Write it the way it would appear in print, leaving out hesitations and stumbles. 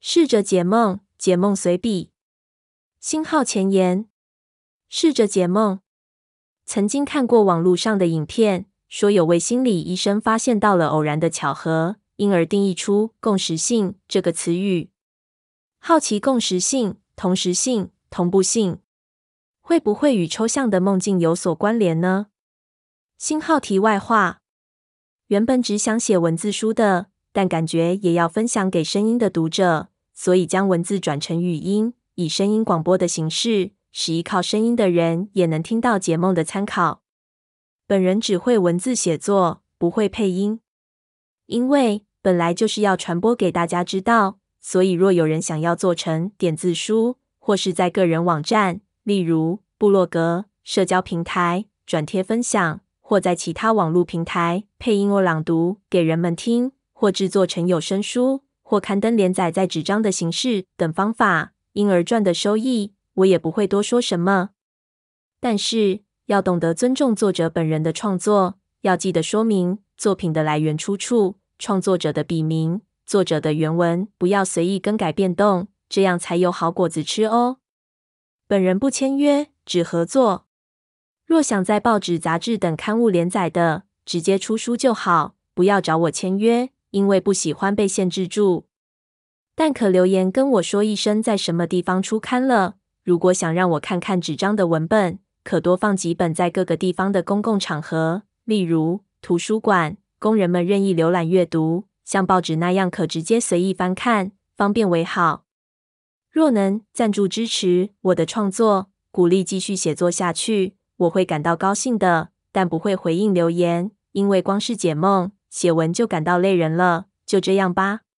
试着解梦，解梦随笔。星号前言：试着解梦。曾经看过网络上的影片，说有位心理医生发现到了偶然的巧合，因而定义出共识性这个词语。好奇共识性、同时性、同步性，会不会与抽象的梦境有所关联呢？星号题外话：原本只想写文字书的，但感觉也要分享给声音的读者，所以将文字转成语音，以声音广播的形式，使依靠声音的人也能听到解梦的参考。本人只会文字写作，不会配音，因为本来就是要传播给大家知道，所以若有人想要做成点字书，或是在个人网站，例如部落格、社交平台转贴分享，或在其他网络平台配音或朗读给人们听，或制作成有声书，或刊登连载在纸张的形式等方法，因而赚的收益，我也不会多说什么。但是要懂得尊重作者本人的创作，要记得说明作品的来源出处、创作者的笔名、作者的原文，不要随意更改变动，这样才有好果子吃哦。本人不签约，只合作。若想在报纸、杂志等刊物连载的，直接出书就好，不要找我签约，因为不喜欢被限制住。但可留言跟我说一声在什么地方出刊了。如果想让我看看纸张的文本，可多放几本在各个地方的公共场合，例如图书馆，供人们任意浏览阅读，像报纸那样可直接随意翻看，方便为好。若能赞助支持我的创作，鼓励继续写作下去，我会感到高兴的，但不会回应留言，因为光是解梦、写文就感到累人了，就这样吧。